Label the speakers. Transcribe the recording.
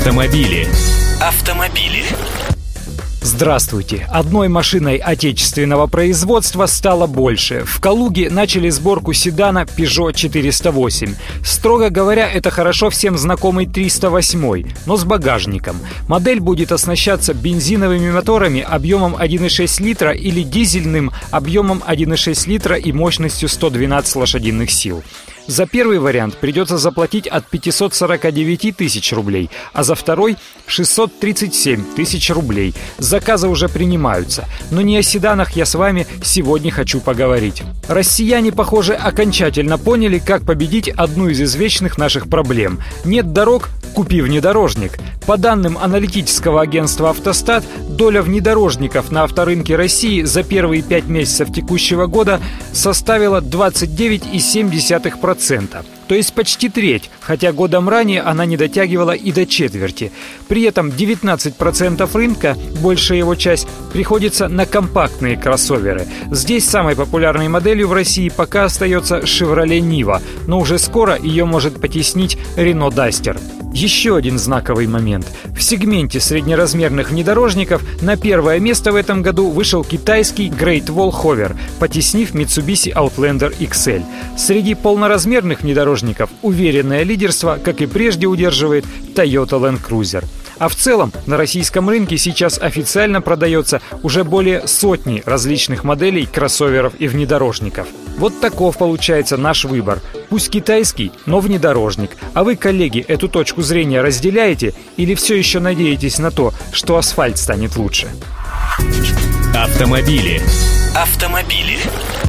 Speaker 1: Автомобили.
Speaker 2: Здравствуйте! Одной машиной отечественного производства стало больше. В Калуге начали сборку седана Peugeot 408. Строго говоря, это хорошо всем знакомый 308, но с багажником. Модель будет оснащаться бензиновыми моторами объемом 1,6 литра или дизельным объемом 1,6 литра и мощностью 112 лошадиных сил. За первый вариант придется заплатить от 549 тысяч рублей, а за второй – 637 тысяч рублей. Заказы уже принимаются. Но не о седанах я с вами сегодня хочу поговорить. Россияне, похоже, окончательно поняли, как победить одну из извечных наших проблем. Нет дорог – купи внедорожник. По данным аналитического агентства «Автостат», доля внедорожников на авторынке России за первые 5 месяцев текущего года составила 29,7%. То есть почти треть, хотя годом ранее она не дотягивала и до четверти. При этом 19% рынка, большая его часть, приходится на компактные кроссоверы. Здесь самой популярной моделью в России пока остается Chevrolet Niva, но уже скоро ее может потеснить Renault Duster. Еще один знаковый момент. В сегменте среднеразмерных внедорожников на первое место в этом году вышел китайский Great Wall Hover, потеснив Mitsubishi Outlander XL. Среди полноразмерных внедорожников уверенное лидерство, как и прежде, удерживает Toyota Land Cruiser. А в целом на российском рынке сейчас официально продается уже более сотни различных моделей кроссоверов и внедорожников. Вот таков получается наш выбор. Пусть китайский, но внедорожник. А вы, коллеги, эту точку зрения разделяете или все еще надеетесь на то, что асфальт станет лучше?
Speaker 1: Автомобили.